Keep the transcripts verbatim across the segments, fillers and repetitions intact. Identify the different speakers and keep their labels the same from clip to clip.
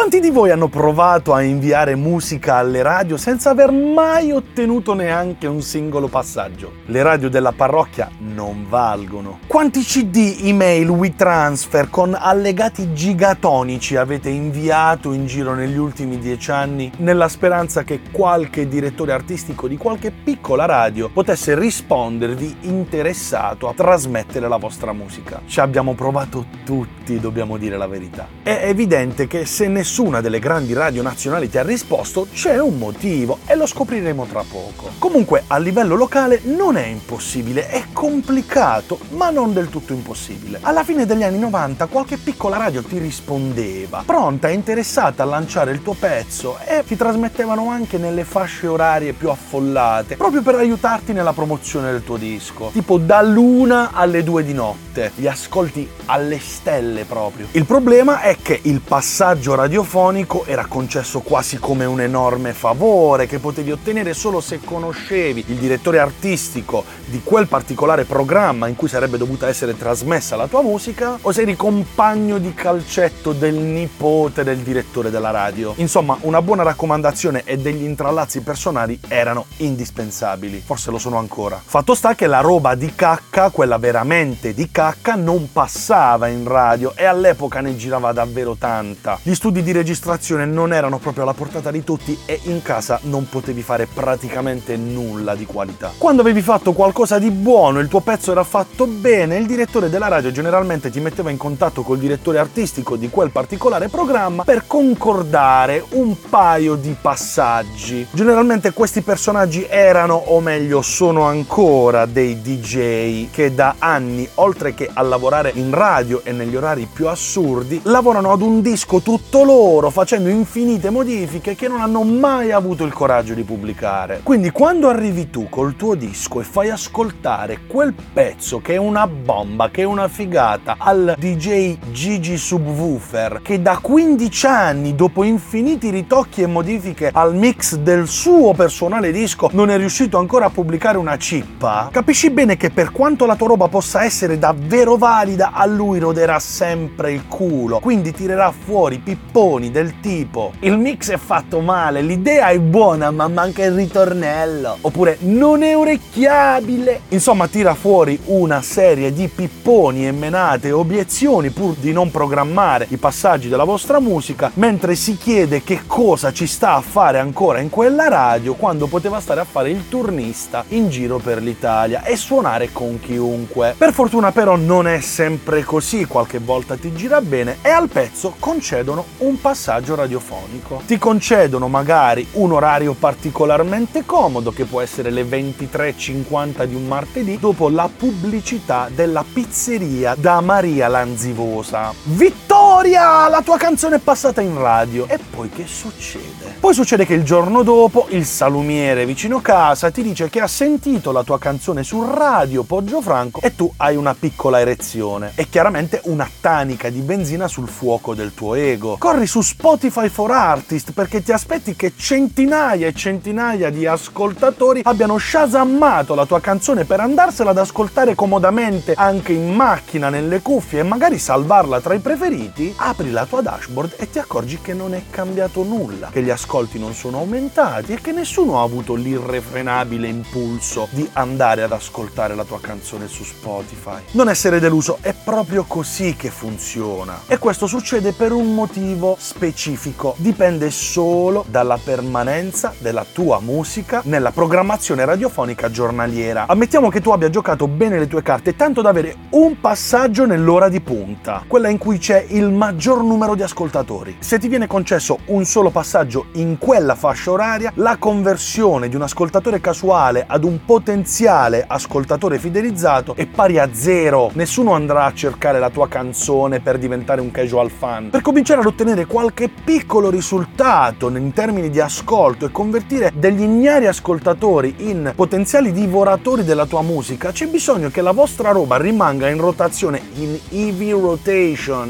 Speaker 1: Quanti di voi hanno provato a inviare musica alle radio senza aver mai ottenuto neanche un singolo passaggio? Le radio della parrocchia non valgono. Quanti C D, email, WeTransfer con allegati gigatonici avete inviato in giro negli ultimi dieci anni nella speranza che qualche direttore artistico di qualche piccola radio potesse rispondervi interessato a trasmettere la vostra musica? Ci abbiamo provato tutti, dobbiamo dire la verità. È evidente che se nessuna delle grandi radio nazionali ti ha risposto, c'è un motivo e lo scopriremo tra poco. Comunque, a livello locale non è impossibile, è complicato, ma non del tutto impossibile. Alla fine degli anni novanta qualche piccola radio ti rispondeva, pronta e interessata a lanciare il tuo pezzo, e ti trasmettevano anche nelle fasce orarie più affollate, proprio per aiutarti nella promozione del tuo disco, tipo dall'una alle due di notte, gli ascolti alle stelle proprio. Il problema è che il passaggio radiofonico era concesso quasi come un enorme favore che potevi ottenere solo se conoscevi il direttore artistico di quel particolare programma in cui sarebbe dovuta essere trasmessa la tua musica, o se eri compagno di calcetto del nipote del direttore della radio. Insomma, una buona raccomandazione e degli intrallazzi personali erano indispensabili, forse lo sono ancora. Fatto sta che la roba di cacca, quella veramente di cacca, non passava in radio e all'epoca ne girava davvero tanta. Gli studi di registrazione non erano proprio alla portata di tutti e in casa non potevi fare praticamente nulla di qualità. Quando avevi fatto qualcosa di buono, il tuo pezzo era fatto bene, il direttore della radio generalmente ti metteva in contatto col direttore artistico di quel particolare programma per concordare un paio di passaggi. Generalmente questi personaggi erano, o meglio sono ancora, dei D J che da anni, oltre che a lavorare in radio e negli orari più assurdi, lavorano ad un disco tutto loro, facendo infinite modifiche che non hanno mai avuto il coraggio di pubblicare. Quindi quando arrivi tu col tuo disco e fai ascoltare quel pezzo che è una bomba, che è una figata, al D J Gigi Subwoofer, che da quindici anni, dopo infiniti ritocchi e modifiche al mix del suo personale disco, non è riuscito ancora a pubblicare una cippa, capisci bene che per quanto la tua roba possa essere davvero valida, a lui roderà sempre il culo, quindi tirerà fuori pipponi del tipo: il mix è fatto male, l'idea è buona ma manca il ritornello, oppure non è orecchiabile. Insomma, tira fuori una serie di pipponi e menate e obiezioni pur di non programmare i passaggi della vostra musica, mentre si chiede che cosa ci sta a fare ancora in quella radio quando poteva stare a fare il turnista in giro per l'Italia e suonare con chiunque. Per fortuna però non è sempre così, qualche volta ti gira bene e al pezzo concedono un passaggio radiofonico. Ti concedono magari un orario particolarmente comodo, che può essere le ventitré e cinquanta di un martedì, dopo la pubblicità della pizzeria da Maria Lanzivosa. Vittoria! La tua canzone è passata in radio. E poi che succede? Poi succede che il giorno dopo il salumiere vicino casa ti dice che ha sentito la tua canzone su Radio Poggiofranco e tu hai una piccola erezione e chiaramente una tanica di benzina sul fuoco del tuo ego. Corri su Spotify for Artist perché ti aspetti che centinaia e centinaia di ascoltatori abbiano shasammato la tua canzone per andarsela ad ascoltare comodamente anche in macchina, nelle cuffie, e magari salvarla tra i preferiti. Apri la tua dashboard e ti accorgi che non è cambiato nulla, che gli ascolti non sono aumentati e che nessuno ha avuto l'irrefrenabile impulso di andare ad ascoltare la tua canzone su Spotify. Non essere deluso, è proprio così che funziona. E questo succede per un motivo specifico. Dipende solo dalla permanenza della tua musica nella programmazione radiofonica giornaliera. Ammettiamo che tu abbia giocato bene le tue carte tanto da avere un passaggio nell'ora di punta, quella in cui c'è il maggior numero di ascoltatori. Se ti viene concesso un solo passaggio in quella fascia oraria, la conversione di un ascoltatore casuale ad un potenziale ascoltatore fidelizzato è pari a zero. Nessuno andrà a cercare la tua canzone per diventare un casual fan. Per cominciare ad ottenere qualche piccolo risultato in termini di ascolto e convertire degli ignari ascoltatori in potenziali divoratori della tua musica, c'è bisogno che la vostra roba rimanga in rotazione, in heavy rotation, per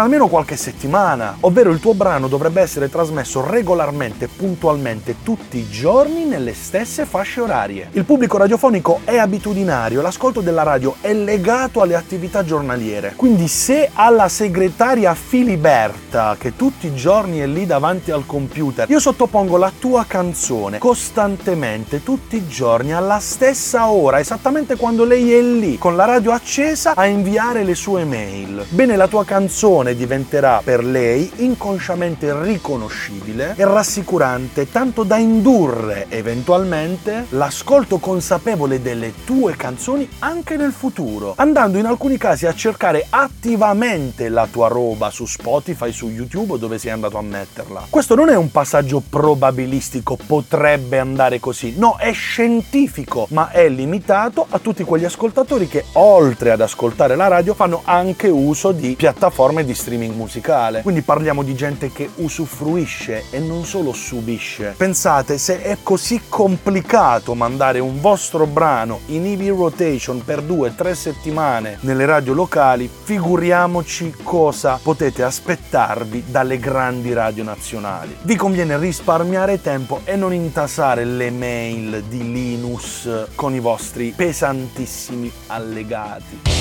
Speaker 1: almeno qualche settimana, ovvero il tuo brano dovrebbe essere trasmesso regolarmente e puntualmente tutti i giorni nelle stesse fasce orarie. Il pubblico radiofonico è abitudinario, l'ascolto della radio è legato alle attività giornaliere, quindi se alla segretaria Filiberta, che tutti i giorni è lì davanti al computer, io sottopongo la tua canzone costantemente, tutti i giorni, alla stessa ora, esattamente quando lei è lì, con la radio accesa, a inviare le sue mail, bene, la tua canzone diventerà per lei inconsciamente riconoscibile e rassicurante, tanto da indurre eventualmente l'ascolto consapevole delle tue canzoni anche nel futuro, andando in alcuni casi a cercare attivamente la tua roba su Spotify, su YouTube o dove sei andato a metterla. Questo non è un passaggio probabilistico, potrebbe andare così, no, è scientifico, ma è limitato a tutti quegli ascoltatori che oltre ad ascoltare la radio fanno anche uso di piattaforme di streaming musicale. Quindi parliamo di gente che usufruisce e non solo subisce. Pensate, se è così complicato mandare un vostro brano in E V rotation per due o tre settimane nelle radio locali, figuriamoci cosa potete aspettarvi dalle grandi radio nazionali. Vi conviene risparmiare tempo e non intasare le mail di Linus con i vostri pesantissimi allegati.